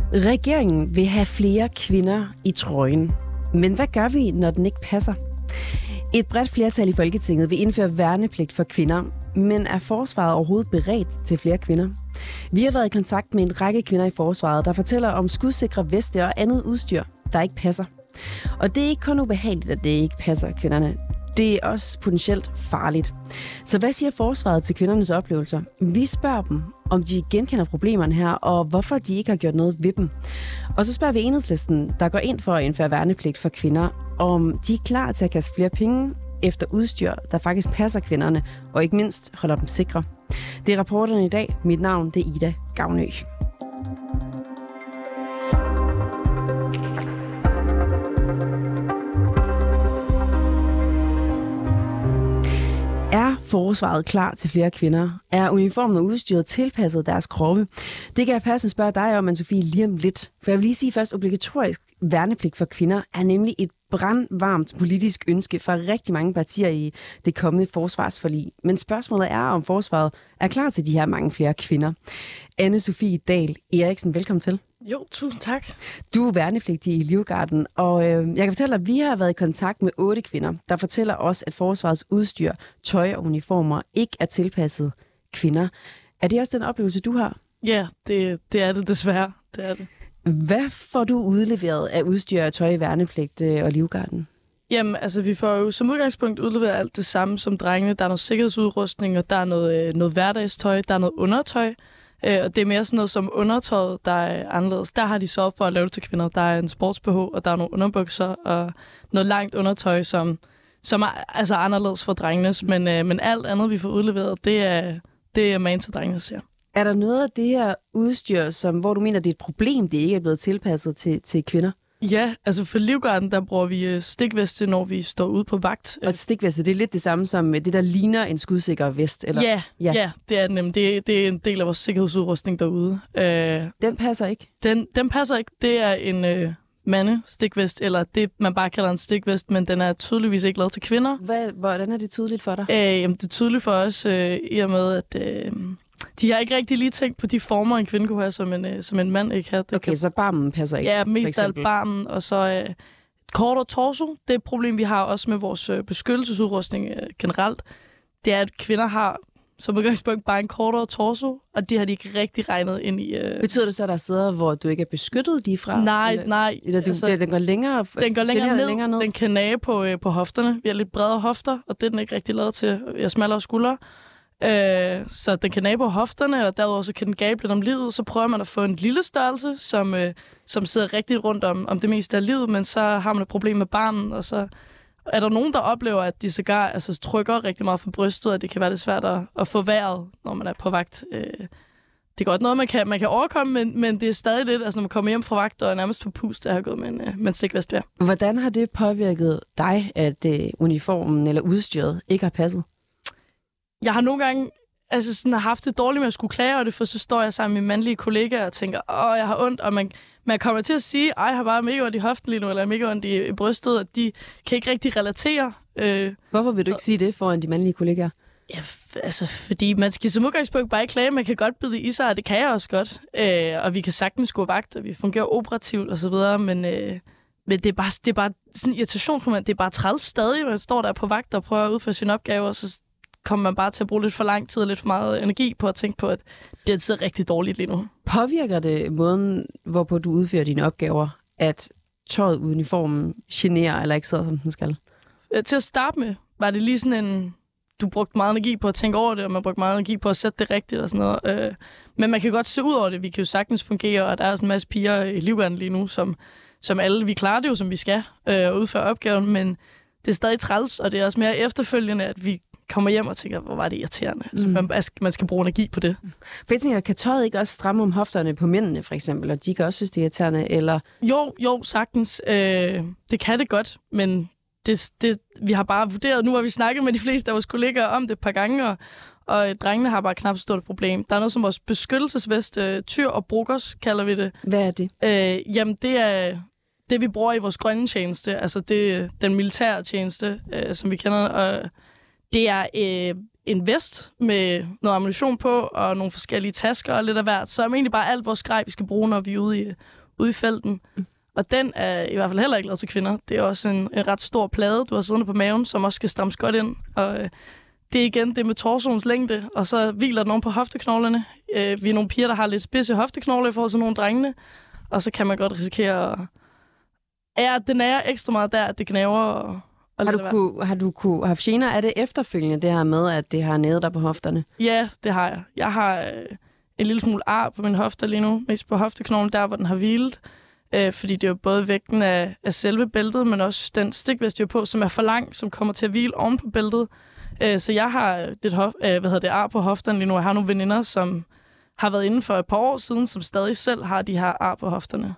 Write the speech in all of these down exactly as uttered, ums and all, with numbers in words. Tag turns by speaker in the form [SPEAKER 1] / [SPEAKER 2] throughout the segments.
[SPEAKER 1] Regeringen vil have flere kvinder i trøjen. Men hvad gør vi, når den ikke passer? Et bredt flertal i Folketinget vil indføre værnepligt for kvinder, men er forsvaret overhovedet beredt til flere kvinder? Vi har været i kontakt med en række kvinder i forsvaret, der fortæller om skudsikre veste og andet udstyr, der ikke passer. Og det er ikke kun ubehageligt, at det ikke passer kvinderne. Det er også potentielt farligt. Så hvad siger forsvaret til kvindernes oplevelser? Vi spørger dem, om de genkender problemerne her, og hvorfor de ikke har gjort noget ved dem. Og så spørger vi Enhedslisten, der går ind for at indføre værnepligt for kvinder, om de er klar til at kaste flere penge efter udstyr, der faktisk passer kvinderne, og ikke mindst holder dem sikre. Det er rapporterne i dag. Mit navn det er Ida Gavnø. Er forsvaret klar til flere kvinder? Er uniformen og udstyret tilpasset deres kroppe? Det kan jeg passende spørge dig om, Anne-Sophie, lige om lidt. For jeg vil lige sige først, obligatorisk værnepligt for kvinder er nemlig et brandvarmt politisk ønske fra rigtig mange partier i det kommende forsvarsforlig. Men spørgsmålet er, om forsvaret er klar til de her mange flere kvinder. Anne-Sophie Dahl Eriksen, velkommen til.
[SPEAKER 2] Jo, tusind tak.
[SPEAKER 1] Du er værnepligtig i Livgarden, og øh, jeg kan fortælle dig, at vi har været i kontakt med otte kvinder, der fortæller os, at forsvarets udstyr, tøj og uniformer ikke er tilpasset kvinder. Er det også den oplevelse, du har?
[SPEAKER 2] Ja, det, det er det desværre. Det er det.
[SPEAKER 1] Hvad får du udleveret af udstyr og tøj i værnepligt øh, og Livgarden?
[SPEAKER 2] Jamen, altså vi får jo som udgangspunkt udleveret alt det samme som drengene. Der er noget sikkerhedsudrustning, og der er noget, øh, noget hverdagstøj, der er noget undertøj. Øh, og det er mere sådan noget som undertøjet, der er anderledes. Der har de sørget for at lave det til kvinder. Der er en sports-B H, og der er nogle underbukser og noget langt undertøj, som, som er altså anderledes for drengenes. Men, øh, men alt andet, vi får udleveret, det er, det er man til drengenes, ja.
[SPEAKER 1] Er der noget af det her udstyr, som, hvor du mener, det er et problem, det ikke er blevet tilpasset til, til kvinder?
[SPEAKER 2] Ja, altså for Livgarden, der bruger vi stikveste, når vi står ude på vagt.
[SPEAKER 1] Og stikveste, det er lidt det samme som det, der ligner en skudsikker vest, eller?
[SPEAKER 2] Ja, ja. ja det er nemlig. Det, det er en del af vores sikkerhedsudrustning derude. Øh,
[SPEAKER 1] den passer ikke?
[SPEAKER 2] Den, den passer ikke. Det er en øh, mandestikvest, eller det, man bare kalder en stikvest, men den er tydeligvis ikke lavet til kvinder.
[SPEAKER 1] Hvad, hvordan er det tydeligt for dig?
[SPEAKER 2] Øh, jamen, det er tydeligt for os, øh, i og med, at øh, de har ikke rigtig lige tænkt på de former, en kvinde kunne have, som en, øh, som en mand ikke har.
[SPEAKER 1] Okay, kan... så barmen passer ikke?
[SPEAKER 2] Ja, mest af alt barmen, og så øh, kort og torso. Det er et problem, vi har også med vores øh, beskyttelsesudrustning øh, generelt. Det er, at kvinder har som udgangspunkt bare en kortere torso, og det har de ikke rigtig regnet ind i. Øh...
[SPEAKER 1] Betyder det så, at der er steder, hvor du ikke er beskyttet lige fra?
[SPEAKER 2] Nej,
[SPEAKER 1] eller,
[SPEAKER 2] nej.
[SPEAKER 1] Eller altså, den går længere,
[SPEAKER 2] den går længere ned.
[SPEAKER 1] længere ned?
[SPEAKER 2] Den kan nage på, øh, på hofterne. Vi har lidt bredere hofter, og det er den ikke rigtig lavet til. Vi har smallere skuldre. Øh, så den kan nage på hofterne, og derudover så kan den gabe lidt om livet. Så prøver man at få en lille størrelse, som, øh, som sidder rigtig rundt om, om det meste af livet, men så har man et problem med barmen, og så er der nogen, der oplever, at de sågar altså, trykker rigtig meget for brystet, og det kan være lidt svært at, at få vejret, når man er på vagt. Øh, det er godt noget, man kan, man kan overkomme, men, men det er stadig lidt, altså når man kommer hjem fra vagt og er nærmest på pust, der har gået med en, med en stikvest der.
[SPEAKER 1] Hvordan har det påvirket dig, at øh, uniformen eller udstyret ikke har passet?
[SPEAKER 2] Jeg har nogle gange altså sådan, har haft det dårligt med at skulle klage over det, for så står jeg sammen med mandlige kollegaer og tænker, åh, jeg har ondt, og man, man kommer til at sige, ej, jeg har bare mega ondt i hoften lige nu, eller mega ondt i, i brystet, og de kan ikke rigtig relatere. Øh,
[SPEAKER 1] Hvorfor vil du ikke og, sige det foran de mandlige kollegaer?
[SPEAKER 2] Ja, f- altså, fordi man skal som udgangspunkt bare ikke klage, man kan godt bide i sig, og det kan jeg også godt, øh, og vi kan sagtens gå vagt, og vi fungerer operativt og så videre, men, øh, men det er bare, det er bare sådan en irritationsmoment, det er bare træls stadig, man står der på vagt og prøver at udføre sine opgaver, og så kommer man bare til at bruge lidt for lang tid og lidt for meget energi på at tænke på, at det sidder rigtig dårligt lige nu.
[SPEAKER 1] Påvirker det måden, hvorpå du udfører dine opgaver, at tøjet, uniformen generer eller ikke sidder, som den skal?
[SPEAKER 2] Til at starte med var det lige sådan en, du brugte meget energi på at tænke over det, og man brugte meget energi på at sætte det rigtigt og sådan noget. Øh, men man kan godt se ud over det. Vi kan jo sagtens fungere, og der er sådan en masse piger i Livgarden lige nu, som, som alle, vi klarer det jo, som vi skal, øh, og udføre opgaven, men det er stadig træls, og det er også mere efterfølgende, at vi kommer hjem og tænker, hvor var det irriterende. Altså, mm. man, man skal bruge energi på det.
[SPEAKER 1] Jeg tænker, kan tøjet ikke også stramme om hofterne på mændene, for eksempel, og de kan også synes, det er irriterende, eller?
[SPEAKER 2] Jo, jo, sagtens. Øh, det kan det godt, men det, det, vi har bare vurderet, nu har vi snakket med de fleste af vores kollegaer om det et par gange, og, og drengene har bare knap så stort problem. Der er noget som vores beskyttelsesvest, øh, tyr og brokers, kalder vi det.
[SPEAKER 1] Hvad er det?
[SPEAKER 2] Øh, jamen, det er det, vi bruger i vores grønne tjeneste, altså det, den militære tjeneste, øh, som vi kender, og det er øh, en vest med noget ammunition på, og nogle forskellige tasker og lidt af hvert, så er egentlig bare alt vores grej, vi skal bruge, når vi er ude i, ude i felten. Mm. Og den er i hvert fald heller ikke lavet til kvinder. Det er også en, en ret stor plade, du har siddende på maven, som også skal strammes godt ind. Og øh, det er igen det med torsons længde, og så hviler den oven på hofteknoglerne. Øh, vi er nogle piger, der har lidt spidse hofteknogler i forhold til nogle drengene, og så kan man godt risikere at... Ja, den er ekstra meget der, at det gnaver. Og, og
[SPEAKER 1] har, du kunne, har du kunne haft gener af det efterfølgende, det her med, at det har nævet dig på hofterne?
[SPEAKER 2] Ja, det har jeg. Jeg har øh, en lille smule ar på min hofter lige nu, mest på hofteknoglen, der hvor den har hvilet. Øh, fordi det er jo både vægten af, af selve bæltet, men også den stikvest, jeg er på, som er for lang, som kommer til at hvile oven på bæltet. Øh, så jeg har lidt hof, øh, hvad hedder det, ar på hofterne lige nu. Jeg har nogle veninder, som har været inde for et par år siden, som stadig selv har de her ar på hofterne.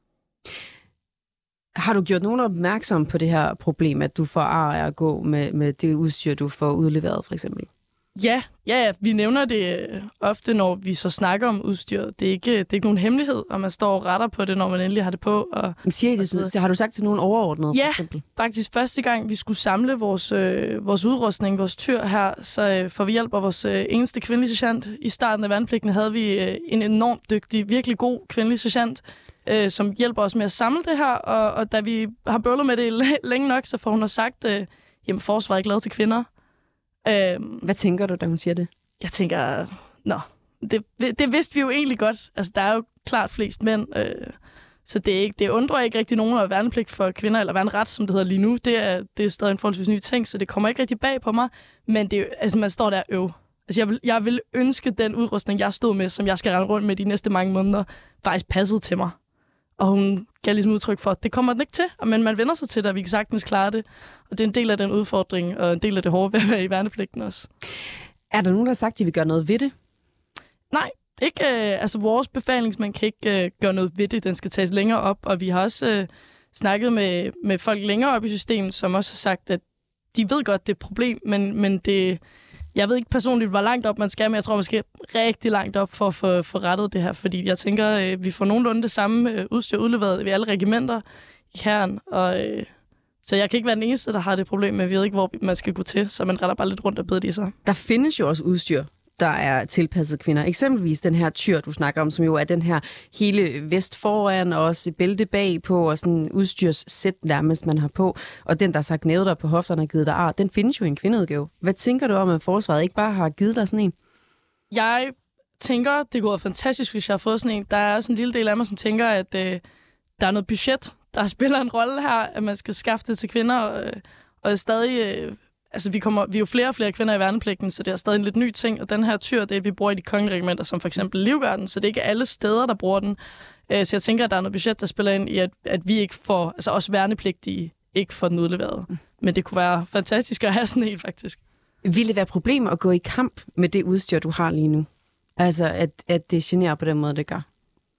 [SPEAKER 1] Har du gjort nogen opmærksom på det her problem, at du får ar af at gå med, med det udstyr, du får udleveret, for eksempel?
[SPEAKER 2] Ja, ja, ja, vi nævner det ofte, når vi så snakker om udstyret. Det er ikke, det er ikke nogen hemmelighed, og man står og retter på det, når man endelig har det på. Og,
[SPEAKER 1] Men siger I det sådan? Så har du sagt til nogen overordnede,
[SPEAKER 2] ja,
[SPEAKER 1] for eksempel?
[SPEAKER 2] Ja, faktisk første gang, vi skulle samle vores, øh, vores udrustning, vores tyr her, så øh, får vi hjælp af vores øh, eneste kvindelige sergeant. I starten af værnepligten havde vi øh, en enormt dygtig, virkelig god kvindelig sergeant, øh, som hjælper os med at samle det her, og, og da vi har bøvlet med det længe nok, så får hun også sagt, øh, jamen forsvaret er ikke lavet til kvinder.
[SPEAKER 1] Øhm, Hvad tænker du, da hun siger det?
[SPEAKER 2] Jeg tænker, nå, det, det vidste vi jo egentlig godt. Altså, der er jo klart flest mænd, øh, så det, er ikke, det undrer ikke rigtig nogen at værnepligt for kvinder, eller værneret, som det hedder lige nu. Det er, det er stadig en forholdsvis ny ting, så det kommer ikke rigtig bag på mig. Men det, altså, man står der og øv. Altså, jeg vil, jeg vil ønske, den udrustning, jeg stod med, som jeg skal rende rundt med de næste mange måneder, faktisk passede til mig. Og hun gav ligesom udtryk for, at det kommer den ikke til, men man vender sig til det, og vi kan sagtens klare det. Og det er en del af den udfordring, og en del af det hårde ved at være i værnepligten også.
[SPEAKER 1] Er der nogen, der har sagt, at de vil gøre noget ved det?
[SPEAKER 2] Nej, ikke. Øh, altså vores befalingsmænd kan ikke øh, gøre noget ved det. Den skal tages længere op, og vi har også øh, snakket med, med folk længere op i systemet, som også har sagt, at de ved godt, det er et problem, men, men det... Jeg ved ikke personligt, hvor langt op man skal, men jeg tror, man skal rigtig langt op for at få, få rettet det her, fordi jeg tænker, øh, vi får nogenlunde det samme øh, udstyr udleveret ved alle regimenter i hæren, og øh, så jeg kan ikke være den eneste, der har det problem, men vi ved ikke, hvor man skal gå til, så man retter bare lidt rundt og beder de sig.
[SPEAKER 1] Der findes jo også udstyr, der er tilpasset kvinder. Eksempelvis den her tyr, du snakker om, som jo er den her hele vest foran, og også bælte bagpå, og sådan udstyrssæt nærmest, man har på. Og den, der har sagt nævet dig på hofterne og givet dig ar, den findes jo i en kvindeudgave. Hvad tænker du om, at forsvaret ikke bare har givet dig sådan en?
[SPEAKER 2] Jeg tænker, det går fantastisk, hvis jeg har fået sådan en. Der er også en lille del af mig, som tænker, at øh, der er noget budget, der spiller en rolle her, at man skal skaffe det til kvinder, og, og stadig... Øh, Altså, vi, kommer, vi er jo flere og flere kvinder i værnepligten, så det er stadig en lidt ny ting. Og den her tyr, det er, vi bruger i de kongelige regimenter, som for eksempel Livgarden, så det er ikke alle steder, der bruger den. Så jeg tænker, at der er noget budget, der spiller ind i, at, at vi ikke får, altså også værnepligtige, ikke får den udleveret. Men det kunne være fantastisk at have sådan en, faktisk.
[SPEAKER 1] Vil det være problemer at gå i kamp med det udstyr, du har lige nu? Altså, at, at det generer på den måde, det gør?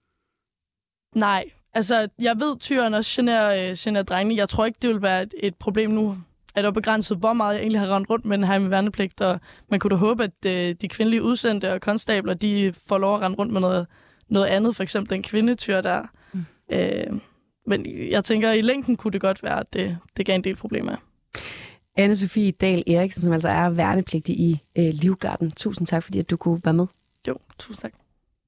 [SPEAKER 2] Nej. Altså, jeg ved, tyren også generer, øh, generer drengene. Jeg tror ikke, det vil være et, et problem nu. Er det begrænset, hvor meget jeg egentlig har rendt rundt med den her med værnepligt, og man kunne da håbe, at øh, de kvindelige udsendte og konstabler, de får lov at rende rundt med noget, noget andet, for eksempel den kvindetyr der. Mm. Øh, men jeg tænker, i længden kunne det godt være, at det, det gav en del problemer.
[SPEAKER 1] Anne-Sophie Dahl Eriksen, som altså er værnepligtig i øh, Livgarden. Tusind tak, fordi at du kunne være med.
[SPEAKER 2] Jo, tusind tak.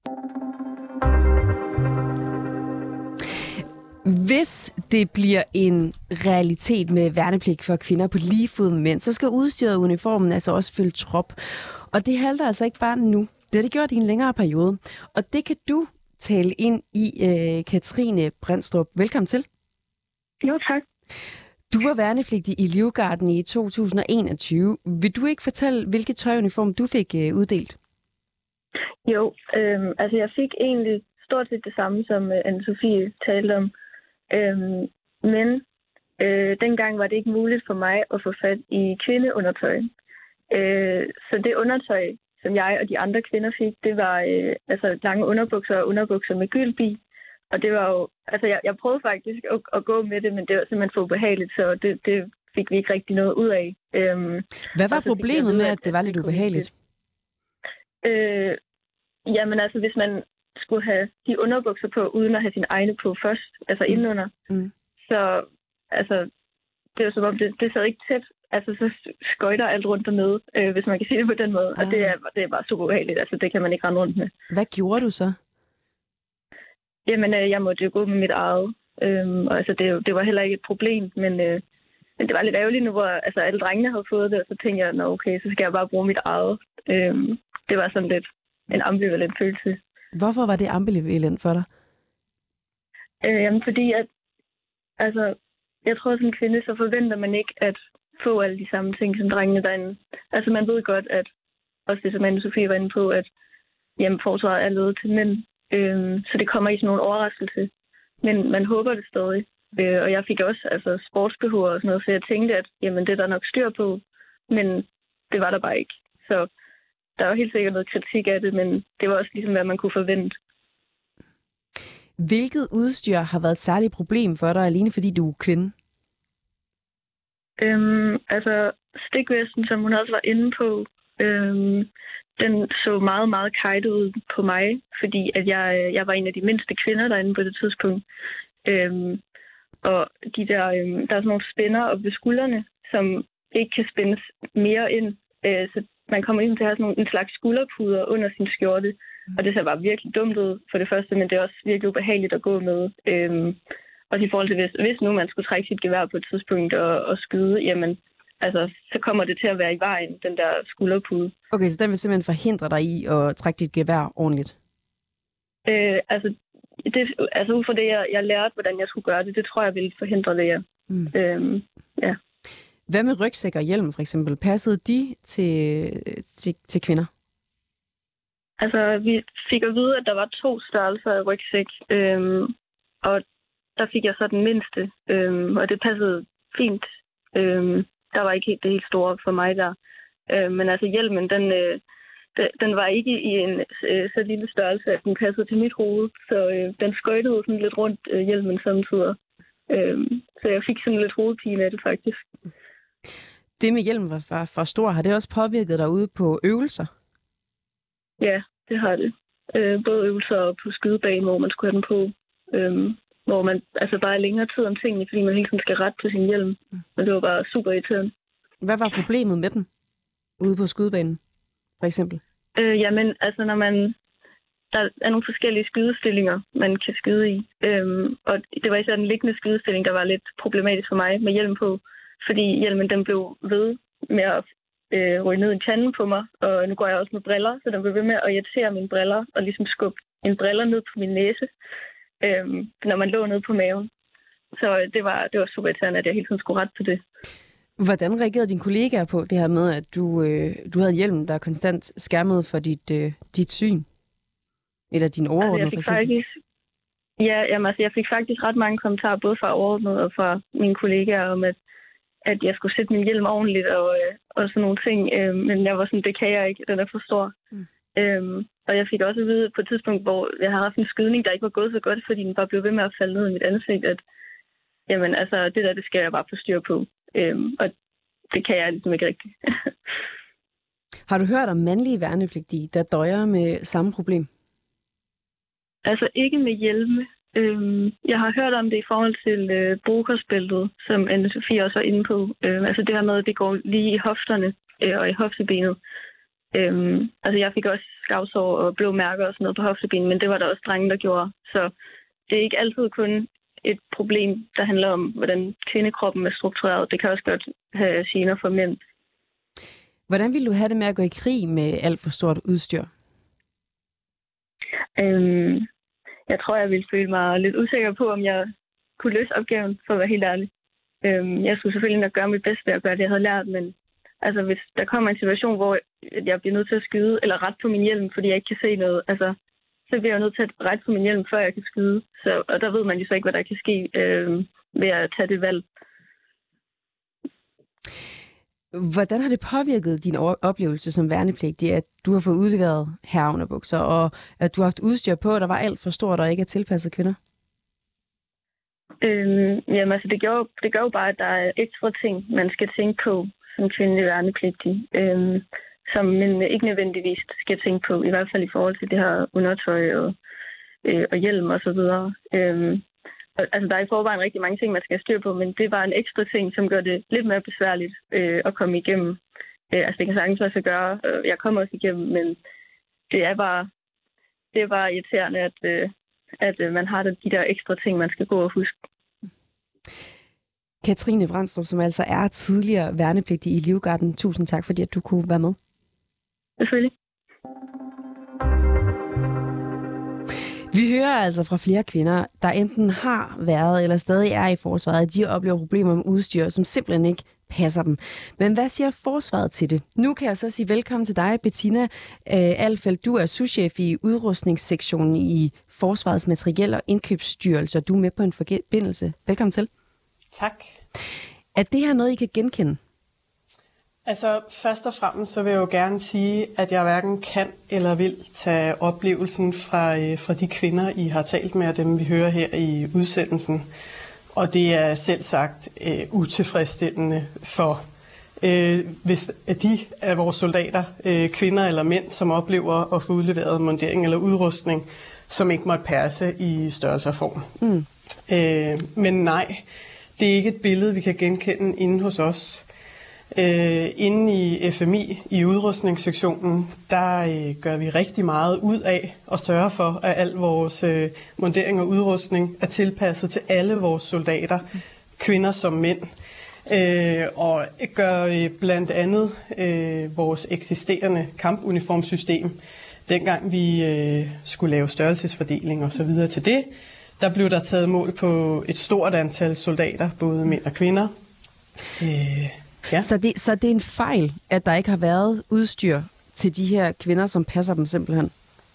[SPEAKER 1] Hvis det bliver en realitet med værnepligt for kvinder på lige fod med mænd, så skal udstyret og uniformen altså også følge trop. Og det halter altså ikke bare nu. Det har det gjort i en længere periode. Og det kan du tale ind i, øh, Katrine Brandstrup. Velkommen til.
[SPEAKER 3] Jo, tak.
[SPEAKER 1] Du var værnepligtig i Livgarden i to tusind og enogtyve. Vil du ikke fortælle, hvilket tøjuniform du fik øh, uddelt?
[SPEAKER 3] Jo, øh, altså jeg fik egentlig stort set det samme, som øh, Anne-Sophie talte om. Øhm, men øh, dengang var det ikke muligt for mig at få fat i kvindeundertøj. Øh, så det undertøj, som jeg og de andre kvinder fik, det var øh, altså lange underbukser og underbukser med gylbi. Og det var jo, altså jeg, jeg prøvede faktisk at, at gå med det, men det var simpelthen for ubehageligt, så det, det fik vi ikke rigtig noget ud af. Øhm,
[SPEAKER 1] Hvad var problemet med, at det var lidt ubehageligt?
[SPEAKER 3] Øh, jamen altså, hvis man skulle have de underbukser på, uden at have sine egne på først, altså mm. indenunder. Mm. Så altså, det var som om, det, det sad ikke tæt. Altså, så skøjter alt rundt dernede, øh, hvis man kan sige det på den måde. Ah. Og det er, det er bare super ubehageligt. Altså, det kan man ikke rende rundt med.
[SPEAKER 1] Hvad gjorde du så?
[SPEAKER 3] Jamen, øh, jeg måtte jo gå med mit eget. Øhm, og altså, det, det var heller ikke et problem, men, øh, men det var lidt ærgerligt nu, hvor altså, alle drengene havde fået det, og så tænkte jeg, nå okay, så skal jeg bare bruge mit eget. Øhm, det var sådan lidt en ambivalent følelse.
[SPEAKER 1] Hvorfor var det ambivalent for dig?
[SPEAKER 3] Øh, jamen, fordi at, altså, jeg tror, som kvinde, så forventer man ikke at få alle de samme ting som drengene derinde. Altså, man ved godt, at også det, som Anne-Sophie var inde på, at jamen, forsvaret er ledet til mænd. Øhm, så det kommer ikke som nogen overraskelse. Men man håber det stadig. Øh, og jeg fik også altså, sportsbehov og sådan noget, så jeg tænkte, at jamen, det er der nok styr på. Men det var der bare ikke. Så der var helt sikkert noget kritik af det, men det var også ligesom, hvad man kunne forvente.
[SPEAKER 1] Hvilket udstyr har været et særligt problem for dig, alene fordi du er kvinde?
[SPEAKER 3] Øhm, altså, stikvesten, som hun også var inde på, øhm, den så meget, meget kajtet ud på mig, fordi at jeg, jeg var en af de mindste kvinder derinde på det tidspunkt. Øhm, og de der, øhm, der er sådan nogle spænder op ved skuldrene, som ikke kan spændes mere ind. Øh, så man kommer ind til at have sådan nogle, en slags skulderpuder under sin skjorte. Og det ser bare virkelig dumt ud for det første, men det er også virkelig ubehageligt at gå med. Øhm, og i forhold til, hvis, hvis nu man skulle trække sit gevær på et tidspunkt og, og skyde, jamen, altså, så kommer det til at være i vejen, den der skulderpude.
[SPEAKER 1] Okay, så den vil simpelthen forhindre dig i at trække dit gevær ordentligt?
[SPEAKER 3] Øh, altså, det, altså ud fra det, jeg, jeg lærte, hvordan jeg skulle gøre det, det tror jeg ville forhindre det, ja. Mm. Øhm, ja.
[SPEAKER 1] Hvad med rygsæk og hjelm, for eksempel? Passede de til, til, til kvinder?
[SPEAKER 3] Altså, vi fik at vide, at der var to størrelser af rygsæk, øhm, og der fik jeg så den mindste, øhm, og det passede fint. Øhm, der var ikke helt det helt store for mig der. Øhm, men altså, hjelmen, den, øh, den var ikke i en øh, så lille størrelse, at den passede til mit hoved, så øh, den skøjtede sådan lidt rundt øh, hjelmen samtidig. Øhm, så jeg fik sådan lidt hovedpine af det, faktisk.
[SPEAKER 1] Det med hjelmen var for, for stor. Har det også påvirket dig ude på øvelser?
[SPEAKER 3] Ja, det har det. Øh, både øvelser og på skydebanen, hvor man skulle have den på. Øh, hvor man altså bare er længere tid om tingene, fordi man hele tiden skal rette på sin hjelm. Men det var bare super irriterende.
[SPEAKER 1] Hvad var problemet med den ude på skydebanen, for eksempel?
[SPEAKER 3] Øh, jamen, altså når man... Der er nogle forskellige skydestillinger, man kan skyde i. Øhm, og det var især den liggende skydestilling, der var lidt problematisk for mig med hjelm på. Fordi hjelmen den blev ved med at øh, ryge ned i tanden på mig. Og nu går jeg også med briller, så den blev ved med at irritere mine briller og ligesom skubbe en briller ned på min næse, øhm, når man lå nede på maven. Så det var, det var super irriterende, at jeg hele tiden skulle rette på det.
[SPEAKER 1] Hvordan reagerede dine kollegaer på det her med, at du, øh, du havde en hjelm, der konstant skærmede for dit, øh, dit syn? Eller din overordnede,
[SPEAKER 3] altså,
[SPEAKER 1] for eksempel?
[SPEAKER 3] Faktisk, ja, jamen, altså, jeg fik faktisk ret mange kommentarer, både fra overordnede og fra mine kollegaer, om at, at jeg skulle sætte min hjelm ordentligt og, øh, og sådan nogle ting. Øh, men jeg var sådan, det kan jeg ikke, den er for stor. Mm. Øhm, og jeg fik også at vide på et tidspunkt, hvor jeg havde haft en skydning, der ikke var gået så godt, fordi den bare blev ved med at falde ned i mit ansigt, at jamen, altså, det der, det skal jeg bare få styr på. Øhm, og det kan jeg ligesom ikke rigtigt.
[SPEAKER 1] Har du hørt om mandlige værnepligtige, der døjer med samme problem?
[SPEAKER 3] Altså ikke med hjelme. Øhm, jeg har hørt om det i forhold til øh, brokersbæltet, som Anne-Sophie også er inde på. Øhm, altså det her med, at det går lige i hofterne øh, og i hoftebenet. Øhm, altså jeg fik også skavsår og blå mærker og sådan noget på hoftebenet, men det var der også drenge, der gjorde. Så det er ikke altid kun et problem, der handler om, hvordan kvindekroppen er struktureret. Det kan også godt have gener for mænd.
[SPEAKER 1] Hvordan ville du have det med at gå i krig med alt for stort udstyr?
[SPEAKER 3] Øhm, jeg tror, jeg ville føle mig lidt usikker på, om jeg kunne løse opgaven, for at være helt ærlig. Øhm, jeg skulle selvfølgelig nok gøre mit bedste ved at gøre det, jeg havde lært, men altså, hvis der kommer en situation, hvor jeg bliver nødt til at skyde, eller rette på min hjelm, fordi jeg ikke kan se noget, altså, så bliver jeg nødt til at rette på min hjelm, før jeg kan skyde. Så, og der ved man jo så ikke, hvad der kan ske øh, ved at tage det valg.
[SPEAKER 1] Hvordan har det påvirket din oplevelse som værnepligtig, at du har fået udleveret herreunderbukser, og at du har haft udstyr på, der var alt for stort og ikke er tilpasset kvinder?
[SPEAKER 3] Øhm, jamen altså, det gør, det gør jo bare, at der er ekstra ting, man skal tænke på som kvindelig værnepligtig, øhm, som man ikke nødvendigvis skal tænke på, i hvert fald i forhold til det her undertøj og, øh, og hjelm og så videre. Øhm, Altså, der er i forvejen rigtig mange ting, man skal styre på, men det var en ekstra ting, som gør det lidt mere besværligt øh, at komme igennem. Øh, altså, det kan sagtens også gøre. Øh, jeg kommer også igennem, men det er bare, det er bare irriterende, at, øh, at øh, man har de der ekstra ting, man skal gå og huske.
[SPEAKER 1] Katrine Brandstrup, som altså er tidligere værnepligtig i Livgarden. Tusind tak, fordi at du kunne være med.
[SPEAKER 3] Selvfølgelig.
[SPEAKER 1] Vi hører altså fra flere kvinder, der enten har været eller stadig er i forsvaret, at de oplever problemer med udstyr, som simpelthen ikke passer dem. Men hvad siger forsvaret til det? Nu kan jeg så sige velkommen til dig, Bettina Alfeldt. Du er souschef i udrustningssektionen i Forsvarets Materiel- og Indkøbsstyrelse, og du er med på en forbindelse. Velkommen til.
[SPEAKER 4] Tak.
[SPEAKER 1] Er det her noget, I kan genkende?
[SPEAKER 4] Altså, først og fremmest så vil jeg jo gerne sige, at jeg hverken kan eller vil tage oplevelsen fra, øh, fra de kvinder, I har talt med, og dem vi hører her i udsendelsen. Og det er selv sagt øh, utilfredsstillende for, øh, hvis de af vores soldater, øh, kvinder eller mænd, som oplever at få udleveret mundering eller udrustning, som ikke måtte passe i størrelse og form. Mm. Øh, men nej, det er ikke et billede, vi kan genkende inde hos os. Øh, inde i F M I, i udrustningssektionen, der øh, gør vi rigtig meget ud af at sørge for, at al vores øh, mundering og udrustning er tilpasset til alle vores soldater, kvinder som mænd. Øh, og gør øh, blandt andet øh, vores eksisterende kampuniformsystem, dengang vi øh, skulle lave størrelsesfordeling og så videre til det, der blev der taget mål på et stort antal soldater, både mænd og kvinder. Øh, Ja.
[SPEAKER 1] Så, det, så det er en fejl, at der ikke har været udstyr til de her kvinder, som passer dem simpelthen?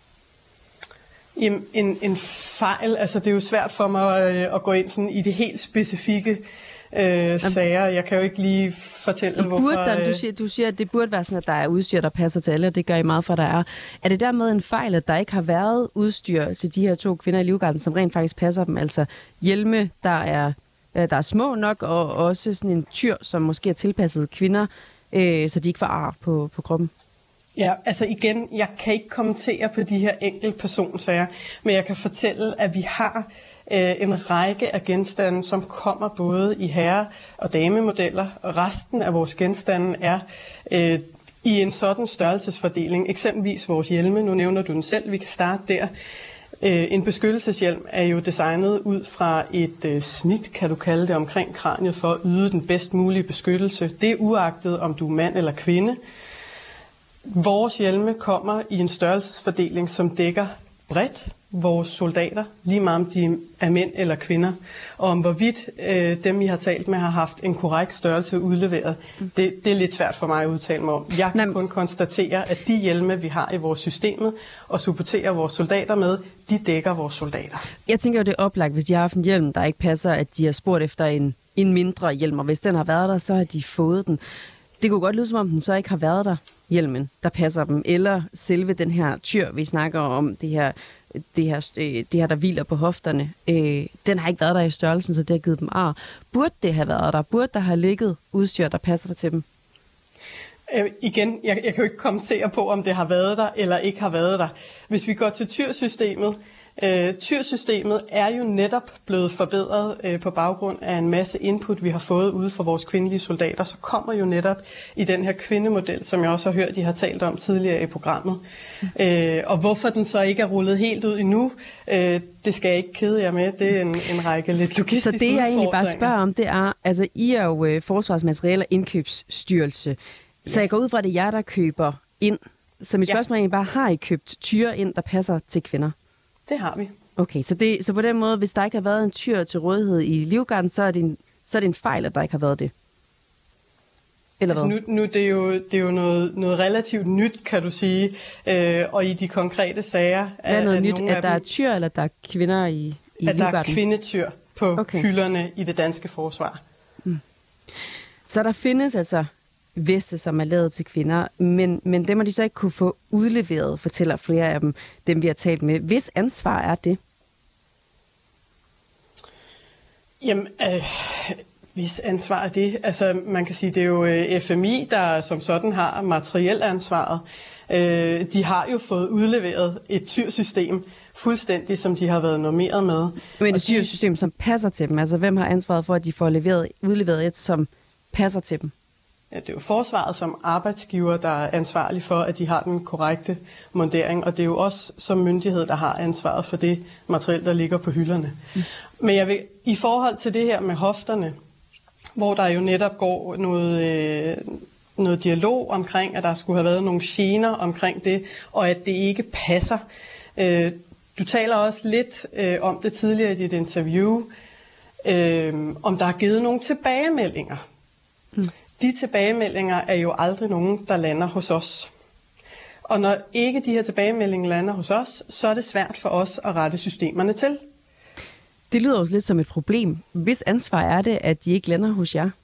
[SPEAKER 4] Jamen, en, en fejl, altså det er jo svært for mig øh, at gå ind sådan i det helt specifikke øh, sager. Jeg kan jo ikke lige fortælle,
[SPEAKER 1] burde
[SPEAKER 4] hvorfor...
[SPEAKER 1] Der, du, siger, du siger, at det burde være sådan, at der er udstyr, der passer til alle, og det gør I meget for, der er. Er det dermed en fejl, at der ikke har været udstyr til de her to kvinder i Livgarden, som rent faktisk passer dem? Altså hjelme, der er... der er små nok, og også sådan en tyr, som måske er tilpasset kvinder, øh, så de ikke får ar på, på kroppen.
[SPEAKER 4] Ja, altså igen, jeg kan ikke kommentere på de her enkelte personsager, men jeg kan fortælle, at vi har øh, en række af genstande, som kommer både i herre- og damemodeller, og resten af vores genstande er øh, i en sådan størrelsesfordeling. Eksempelvis vores hjelme, nu nævner du den selv, vi kan starte der. En beskyttelseshjelm er jo designet ud fra et øh, snit, kan du kalde det, omkring kraniet for at yde den bedst mulige beskyttelse. Det er uagtet, om du er mand eller kvinde. Vores hjelme kommer i en størrelsesfordeling, som dækker bredt vores soldater, lige meget om de er mænd eller kvinder. Og om hvorvidt øh, dem, I har talt med, har haft en korrekt størrelse udleveret, det, det er lidt svært for mig at udtale mig om. Jeg kan Jamen. kun konstatere, at de hjelme, vi har i vores systemet og supporterer vores soldater med, de dækker vores soldater.
[SPEAKER 1] Jeg tænker jo, det er oplagt, hvis de har haft en hjelm, der ikke passer, at de har spurgt efter en, en mindre hjelm, og hvis den har været der, så har de fået den. Det kunne godt lyde, som om den så ikke har været der, hjelmen, der passer dem, eller selve den her tyr, vi snakker om, det her, det her, det her der hviler på hofterne, øh, den har ikke været der i størrelsen, så det har givet dem ar. Burde det have været der? Burde der have ligget udstyr, der passer til dem?
[SPEAKER 4] Øh, igen, jeg, jeg kan jo ikke kommentere på, om det har været der eller ikke har været der. Hvis vi går til tyrsystemet, øh, tyrsystemet er jo netop blevet forbedret øh, på baggrund af en masse input, vi har fået ude fra vores kvindelige soldater, så kommer jo netop i den her kvindemodel, som jeg også har hørt, de har talt om tidligere i programmet. Mm. Øh, og hvorfor den så ikke er rullet helt ud endnu, øh, det skal jeg ikke kede jer med. Det er en, en række lidt logistiske udfordringer. Så det, jeg egentlig bare spørger om, det er, altså I er jo øh, Forsvarsmateriel- og Indkøbsstyrelse, så jeg går ud fra, at det er jer, der køber ind. Så mit spørgsmål ja. er egentlig bare, har I købt tyre ind, der passer til kvinder? Det har vi.
[SPEAKER 1] Okay, så, det, så på den måde, hvis der ikke har været en tyr til rådighed i Livgarden, så er det en, så er det en fejl, at der ikke har været det? Eller
[SPEAKER 4] altså nu, nu det er jo, det er jo noget, noget relativt nyt, kan du sige, øh, og i de konkrete sager...
[SPEAKER 1] Hvad er noget
[SPEAKER 4] at
[SPEAKER 1] nyt? At der
[SPEAKER 4] dem,
[SPEAKER 1] er tyr, eller der er kvinder i, i
[SPEAKER 4] Livgarden? At
[SPEAKER 1] Livgarden?
[SPEAKER 4] der er kvindetyr på okay. hylderne i det danske forsvar.
[SPEAKER 1] Mm. Så der findes altså veste, som er lavet til kvinder, men, men dem har de så ikke kunne få udleveret, fortæller flere af dem, dem vi har talt med. Hvis ansvar er det? Jamen, øh, hvis ansvar er det? Altså, man kan sige, det er jo F M I, der som sådan har materielansvaret. Øh, de har jo fået udleveret et tyrsystem, fuldstændig som de har været normeret med. Men et tyrsystem, de... som passer til dem? Altså, hvem har ansvaret for, at de får leveret, udleveret et, som passer til dem?
[SPEAKER 4] det er jo forsvaret som arbejdsgiver, der er ansvarlig for, at de har den korrekte montering, og det er jo også som myndighed, der har ansvaret for det materiel, der ligger på hylderne. Mm. Men jeg vil, i forhold til det her med hofterne, hvor der jo netop går noget, øh, noget dialog omkring, at der skulle have været nogle gener omkring det, og at det ikke passer. Øh, du taler også lidt øh, om det tidligere i dit interview, øh, om der er givet nogle tilbagemeldinger. Mm. De tilbagemeldinger er jo aldrig nogen, der lander hos os. Og når ikke de her tilbagemeldinger lander hos os, så er det svært for os at rette systemerne til.
[SPEAKER 1] Det lyder også lidt som et problem. Hvis ansvar er det, at de ikke lander hos jer?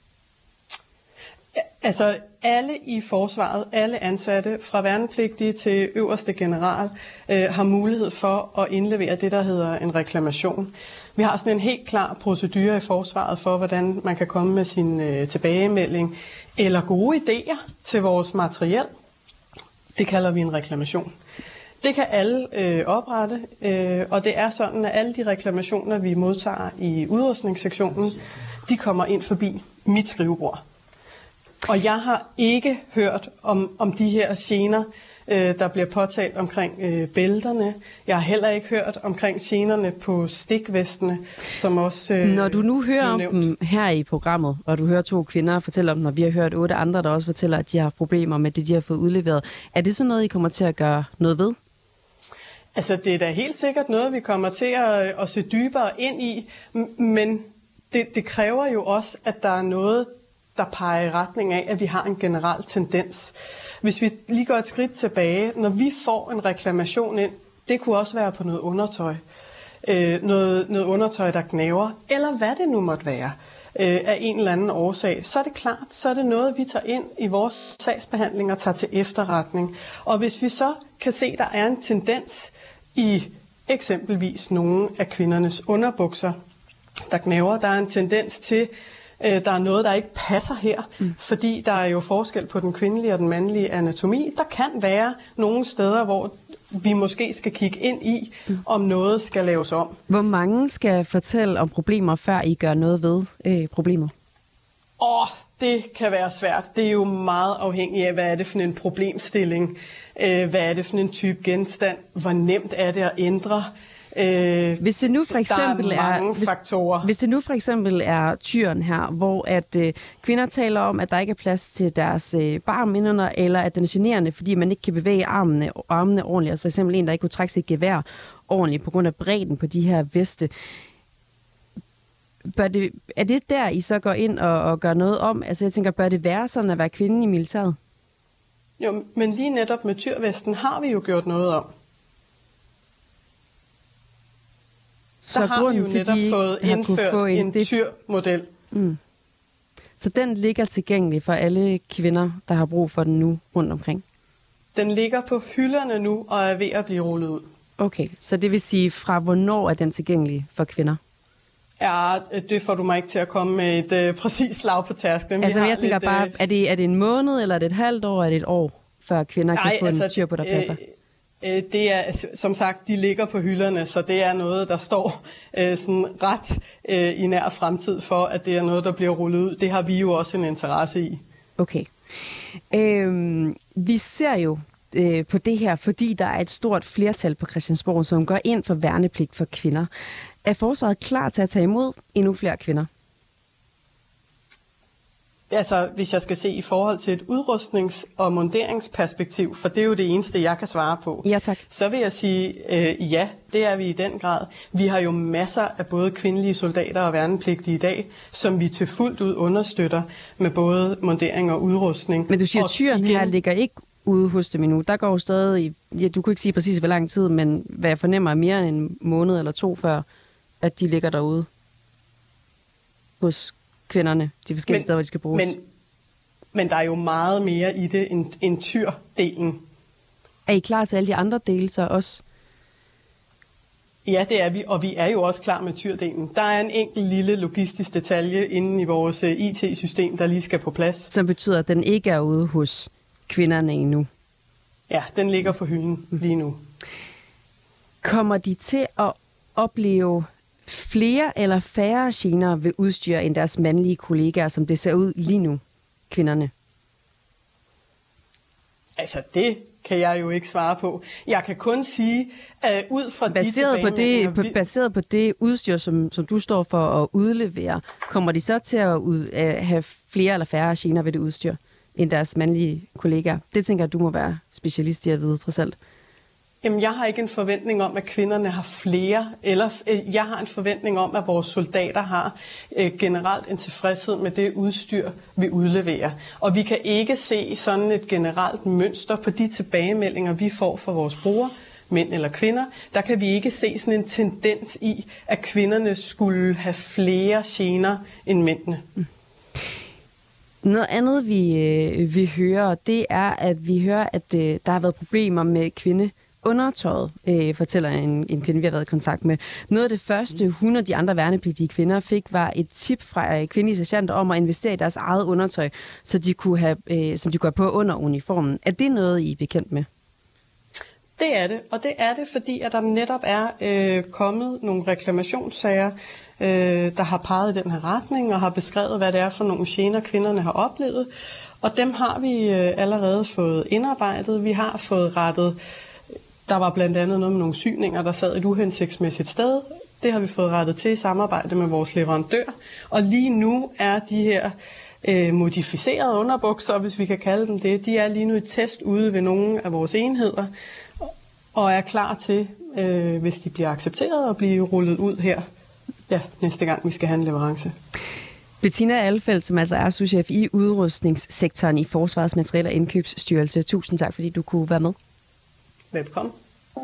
[SPEAKER 4] Altså alle i forsvaret, alle ansatte, fra værnepligtige til øverste general, øh, har mulighed for at indlevere det, der hedder en reklamation. Vi har sådan en helt klar procedure i forsvaret for, hvordan man kan komme med sin øh, tilbagemelding eller gode idéer til vores materiel. Det kalder vi en reklamation. Det kan alle øh, oprette, øh, og det er sådan, at alle de reklamationer, vi modtager i udrustningssektionen, de kommer ind forbi mit skrivebord. Og jeg har ikke hørt om, om de her gener, øh, der bliver påtalt omkring øh, bælterne. Jeg har heller ikke hørt omkring generne på stikvestene, som også øh,
[SPEAKER 1] Når du nu hører om dem her i programmet, og du hører to kvinder fortælle om dem, og vi har hørt otte andre, der også fortæller, at de har problemer med det, de har fået udleveret, er det så noget, I kommer til at gøre noget ved?
[SPEAKER 4] Altså, det er da helt sikkert noget, vi kommer til at, at se dybere ind i, men det, det kræver jo også, at der er noget, der peger i retning af, at vi har en generel tendens. Hvis vi lige går et skridt tilbage, når vi får en reklamation ind, det kunne også være på noget undertøj, øh, noget, noget undertøj, der gnaver, eller hvad det nu måtte være, øh, af en eller anden årsag, så er det klart, så er det noget, vi tager ind i vores sagsbehandling og tager til efterretning. Og hvis vi så kan se, at der er en tendens i eksempelvis nogle af kvindernes underbukser, der gnaver, der er en tendens til, der er noget, der ikke passer her, mm. fordi der er jo forskel på den kvindelige og den mandlige anatomi. Der kan være nogle steder, hvor vi måske skal kigge ind i, mm. om noget skal laves om.
[SPEAKER 1] Hvor mange skal fortælle om problemer, før I gør noget ved øh, problemet?
[SPEAKER 4] Åh, oh, det kan være svært. Det er jo meget afhængigt af, hvad er det for en problemstilling? Øh, hvad er det for en type genstand? Hvor nemt er det at ændre? Øh,
[SPEAKER 1] hvis det nu for eksempel
[SPEAKER 4] der er mange
[SPEAKER 1] er, hvis,
[SPEAKER 4] faktorer.
[SPEAKER 1] Hvis det nu for eksempel er tyren her, hvor at øh, kvinder taler om, at der ikke er plads til deres øh, barm indenunder, eller at den er generende, fordi man ikke kan bevæge armene, armene ordentligt. Altså for eksempel en, der ikke kunne trække sit gevær ordentligt på grund af bredden på de her veste. Bør det, er det der, I så går ind og, og gør noget om? Altså jeg tænker, bør det være sådan at være kvinde i militæret?
[SPEAKER 4] Jo, men lige netop med tyrvesten har vi jo gjort noget om. Så der har vi jo netop de fået indført en, en tyrmodel. Mm.
[SPEAKER 1] Så den ligger tilgængelig for alle kvinder, der har brug for den nu rundt omkring?
[SPEAKER 4] Den ligger på hylderne nu og er ved at blive rullet ud.
[SPEAKER 1] Okay, så det vil sige, fra hvornår er den tilgængelig for kvinder?
[SPEAKER 4] Ja, det får du mig ikke til at komme med et øh, præcis slag på tærsklen.
[SPEAKER 1] Altså jeg tænker lidt, bare, er det, er det en måned, eller er det et halvt år, eller er det et år, før kvinder nej, kan få altså, en tyrpo, der passer?
[SPEAKER 4] Øh, Det er, som sagt, de ligger på hylderne, så det er noget, der står øh, sådan ret øh, i nær fremtid for, at det er noget, der bliver rullet ud. Det har vi jo også en interesse i.
[SPEAKER 1] Okay. Øhm, vi ser jo øh, på det her, fordi der er et stort flertal på Christiansborg, som går ind for værnepligt for kvinder. Er forsvaret klar til at tage imod endnu flere kvinder?
[SPEAKER 4] Altså, hvis jeg skal se i forhold til et udrustnings- og munderingsperspektiv, for det er jo det eneste, jeg kan svare på,
[SPEAKER 1] ja, tak.
[SPEAKER 4] Så vil jeg sige, øh, ja, det er vi i den grad. Vi har jo masser af både kvindelige soldater og værnepligtige i dag, som vi til fuldt ud understøtter med både mundering og udrustning.
[SPEAKER 1] Men du siger, at tyren igen... her ligger ikke ude hos dem endnu. Der går jo stadig, ja, du kunne ikke sige præcis hvor lang tid, men hvad jeg fornemmer er mere end en måned eller to før, at de ligger derude hos kvinderne, de forskellige men, steder, hvor de skal bruges.
[SPEAKER 4] Men, men der er jo meget mere i det end, end tyrdelen.
[SPEAKER 1] Er I klar til alle de andre dele så også?
[SPEAKER 4] Ja, det er vi, og vi er jo også klar med tyrdelen. Der er en enkelt lille logistisk detalje inde i vores I T-system, der lige skal på plads.
[SPEAKER 1] Som betyder, at den ikke er ude hos kvinderne endnu?
[SPEAKER 4] Ja, den ligger på hylden lige nu.
[SPEAKER 1] Kommer de til at opleve flere eller færre gener ved udstyr end deres mandlige kollegaer, som det ser ud lige nu, kvinderne?
[SPEAKER 4] Altså, det kan jeg jo ikke svare på. Jeg kan kun sige, at ud fra
[SPEAKER 1] baseret
[SPEAKER 4] de
[SPEAKER 1] på det, på, baseret på det udstyr, som, som du står for at udlevere, kommer de så til at ud, uh, have flere eller færre gener ved det udstyr, end deres mandlige kollegaer? Det tænker jeg, du må være specialist i at vide, trods alt.
[SPEAKER 4] Jamen, jeg har ikke en forventning om, at kvinderne har flere. Ellers, jeg har en forventning om, at vores soldater har øh, generelt en tilfredshed med det udstyr, vi udleverer. Og vi kan ikke se sådan et generelt mønster på de tilbagemeldinger, vi får fra vores brugere, mænd eller kvinder. Der kan vi ikke se sådan en tendens i, at kvinderne skulle have flere gener end mændene. Mm.
[SPEAKER 1] Noget andet, vi, øh, vi hører, det er, at vi hører, at øh, der har været problemer med kvinde undertøjet, øh, fortæller en, en kvinde, vi har været i kontakt med. Noget af det første, hun og de andre værnepligtige kvinder fik, var et tip fra øh, kvindelige sergeanter om at investere i deres eget undertøj, så de kunne have, øh, som de kunne have på under uniformen. Er det noget, I er bekendt med?
[SPEAKER 4] Det er det, og det er det, fordi at der netop er øh, kommet nogle reklamationssager, øh, der har peget i den her retning og har beskrevet, hvad det er for nogle gener, kvinderne har oplevet. Og dem har vi øh, allerede fået indarbejdet. Vi har fået rettet. Der var blandt andet noget med nogle syninger, der sad et uhensigtsmæssigt sted. Det har vi fået rettet til i samarbejde med vores leverandør. Og lige nu er de her øh, modificerede underbukser, hvis vi kan kalde dem det, de er lige nu i test ude ved nogle af vores enheder, og er klar til, øh, hvis de bliver accepteret, at blive rullet ud her ja, næste gang, vi skal have en leverance.
[SPEAKER 1] Bettina Alfeldt, som altså er souschef i udrustningssektoren i Forsvarets Materiel- og Indkøbsstyrelse. Tusind tak, fordi du kunne være med.
[SPEAKER 4] Velkommen.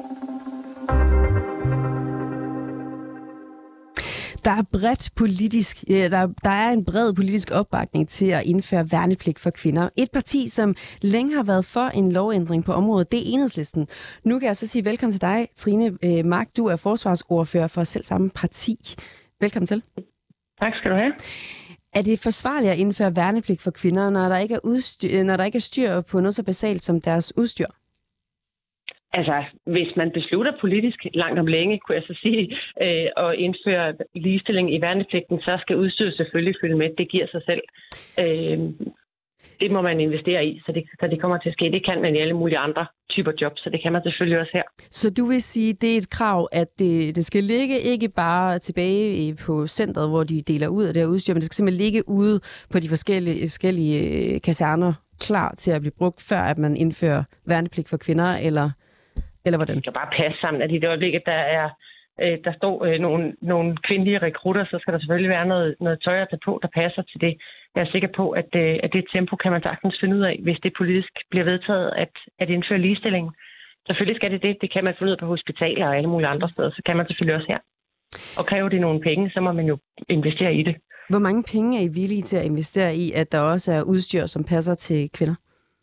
[SPEAKER 1] Der er bredt politisk, der, der er en bred politisk opbakning til at indføre værnepligt for kvinder. Et parti, som længe har været for en lovændring på området, det er Enhedslisten. Nu kan jeg så sige velkommen til dig, Trine Mark. Du er forsvarsordfører for selv samme parti. Velkommen til.
[SPEAKER 5] Tak skal du have.
[SPEAKER 1] Er det forsvarligt at indføre værnepligt for kvinder, når der ikke er, udstyr, når der ikke er styr på noget så basalt som deres udstyr?
[SPEAKER 5] Altså, hvis man beslutter politisk langt om længe, kunne jeg så sige, øh, at indføre ligestilling i værnepligten, så skal udstyret selvfølgelig følge med. Det giver sig selv. Øh, det må man investere i, så det, så det kommer til at ske. Det kan man i alle mulige andre typer job, så det kan man selvfølgelig også her. Så
[SPEAKER 1] du vil sige, det er et krav, at det, det skal ligge ikke bare tilbage på centret, hvor de deler ud af det her udstyr, men det skal simpelthen ligge ude på de forskellige, forskellige kaserner, klar til at blive brugt, før at man indfører værnepligt for kvinder, eller Eller hvordan?
[SPEAKER 5] Det skal bare passe sammen, at i det øjeblik, der er øh, der står øh, nogle, nogle kvindelige rekrutter, så skal der selvfølgelig være noget, noget tøj at tage på, der passer til det. Jeg er sikker på, at, øh, at det tempo kan man sagtens finde ud af, hvis det politisk bliver vedtaget at, at indføre ligestilling. Selvfølgelig skal det det. Det kan man finde ud af på hospitaler og alle mulige andre steder. Så kan man selvfølgelig også her. Og kræver det nogle penge, så må man jo investere i det.
[SPEAKER 1] Hvor mange penge er I villige til at investere i, at der også er udstyr, som passer til kvinder?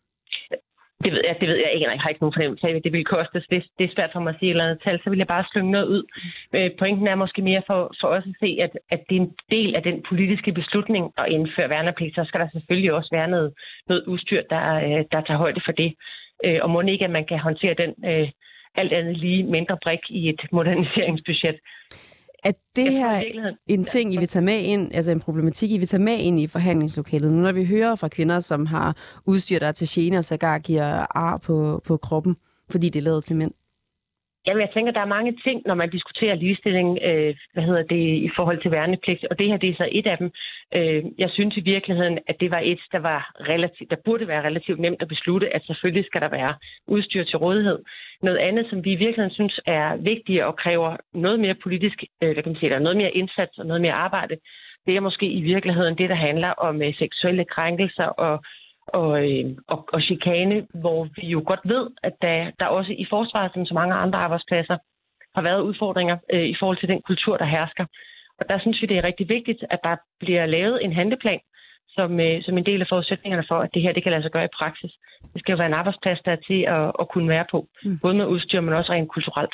[SPEAKER 5] Det ved jeg, det ved jeg ikke. Jeg har ikke nogen fornemmelse af, det vil koste. Det, det er svært for mig at sige et eller andet tal. Så vil jeg bare slynge noget ud. Øh, pointen er måske mere for, for os at se, at, at det er en del af den politiske beslutning at indføre værnepligt. Så skal der selvfølgelig også være noget, noget udstyr, der, der tager højde for det. Øh, og må ikke, at man kan håndtere den øh, alt andet lige mindre brik i et moderniseringsbudget.
[SPEAKER 1] Er det her en ting, I vil tage med ind, altså en problematik, I vil tage med ind i forhandlingslokalet? Nu når vi hører fra kvinder, som har udstyr, der er til gene og sågar giver ar på, på kroppen, fordi det er lavet til mænd.
[SPEAKER 5] Jamen, jeg tænker, der er mange ting, når man diskuterer ligestilling, øh, hvad hedder det, i forhold til værnepligt, og det her, det er så et af dem. Øh, jeg synes i virkeligheden, at det var et, der var relativt, der burde være relativt nemt at beslutte, at selvfølgelig skal der være udstyr til rådighed. Noget andet, som vi i virkeligheden synes er vigtigt og kræver noget mere politisk, øh, hvad kan man sige, der er noget mere indsats og noget mere arbejde, det er måske i virkeligheden det, der handler om øh, seksuelle krænkelser og Og, og, og chikane, hvor vi jo godt ved, at der, der også i forsvaret, som så mange andre arbejdspladser, har været udfordringer øh, i forhold til den kultur, der hersker. Og der synes vi, det er rigtig vigtigt, at der bliver lavet en handleplan, som, øh, som en del af forudsætningerne for, at det her det kan lade sig gøre i praksis. Det skal jo være en arbejdsplads, der er til at, at kunne være på, mm. både med udstyr, men også rent kulturelt.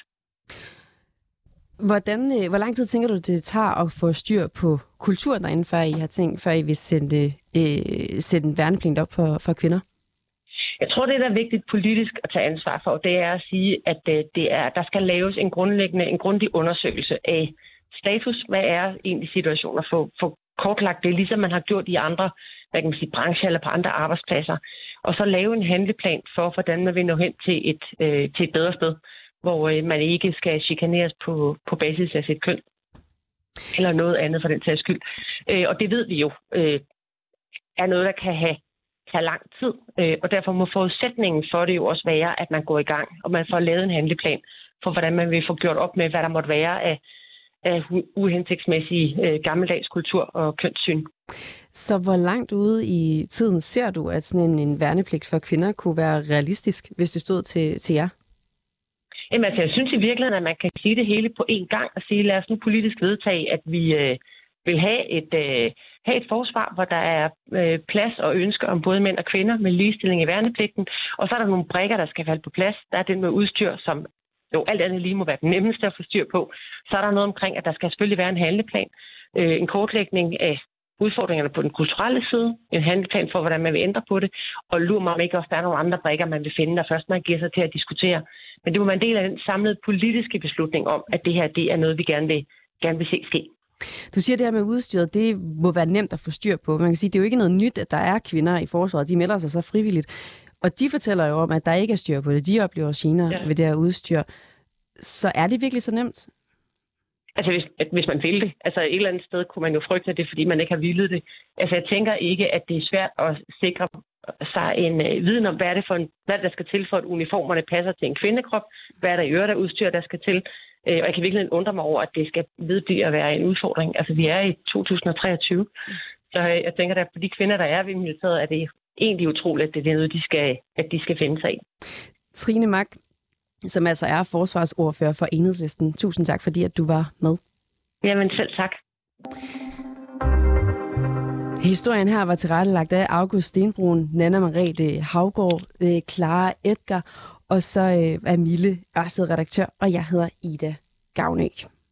[SPEAKER 1] Hvordan, hvor lang tid tænker du, det tager at få styr på kulturen derinde, før I har tænkt, før I vil sende, øh, sende værnepligt op for, for kvinder?
[SPEAKER 5] Jeg tror, det der er vigtigt politisk at tage ansvar for, det er at sige, at det er, der skal laves en grundlæggende, en grundig undersøgelse af status. Hvad er egentlig situationer for, for kortlagt det, ligesom man har gjort i andre, hvad kan man sige, brancher eller på andre arbejdspladser. og så lave en handleplan for, hvordan man vil nå hen til et, øh, til et bedre sted, hvor øh, man ikke skal chikaneres på, på basis af sit køn, eller noget andet for den sags skyld. Øh, og det ved vi jo øh, er noget, der kan have tage lang tid, øh, og derfor må forudsætningen for det jo også være, at man går i gang, og man får lavet en handleplan for, hvordan man vil få gjort op med, hvad der måtte være af, af uhensigtsmæssig øh, gammeldags kultur og kønssyn.
[SPEAKER 1] Så hvor langt ude i tiden ser du, at sådan en, en værnepligt for kvinder kunne være realistisk, hvis det stod til, til jer?
[SPEAKER 5] Jamen altså, jeg synes i virkeligheden, at man kan sige det hele på én gang og sige, lad os nu politisk vedtage, at vi øh, vil have et, øh, have et forsvar, hvor der er øh, plads og ønsker om både mænd og kvinder med ligestilling i værnepligten. Og så er der nogle brikker, der skal falde på plads. Der er den med udstyr, som jo alt andet lige må være den nemmeste at få styr på. Så er der noget omkring, at der skal selvfølgelig være en handleplan, øh, en kortlægning af udfordringerne på den kulturelle side, en handleplan for, hvordan man vil ændre på det, og lurer mig om ikke også, der er nogle andre brikker, man vil finde, der først man giver sig til at diskutere. Men det må være en del af den samlede politiske beslutning om, at det her det er noget, vi gerne vil, gerne vil se ske.
[SPEAKER 1] Du siger det her med udstyret, det må være nemt at få styr på. Man kan sige, det er jo ikke noget nyt, at der er kvinder i forsvaret, de melder sig så frivilligt. Og de fortæller jo om, at der ikke er styr på det. De oplever gener ja. ved det her udstyr. Så er det virkelig så nemt?
[SPEAKER 5] Altså, hvis, hvis man vil det. Altså, et eller andet sted kunne man jo frygte, at det er, fordi man ikke har villet det. Altså, jeg tænker ikke, at det er svært at sikre sig en øh, viden om, hvad er det for en, hvad der skal til, for at uniformerne passer til en kvindekrop. Hvad er der i øvrigt af udstyr, der skal til? Øh, og jeg kan virkelig undre mig over, at det skal vedblive at være en udfordring. Altså, vi er i to tusind og treogtyve. Så øh, jeg tænker, at for de kvinder, der er ved militæret, er det egentlig utroligt, at det er noget, de skal, at de skal finde sig i.
[SPEAKER 1] Trine Mak, som altså er forsvarsordfører for Enhedslisten. Tusind tak, fordi at du var med.
[SPEAKER 5] Jamen selv tak.
[SPEAKER 1] Historien her var tilrettelagt af August Stenbrun, Nanna Merete Havgård, Clara Edgar, og så er Mille Ørsted redaktør, og jeg hedder Ida Gavnø.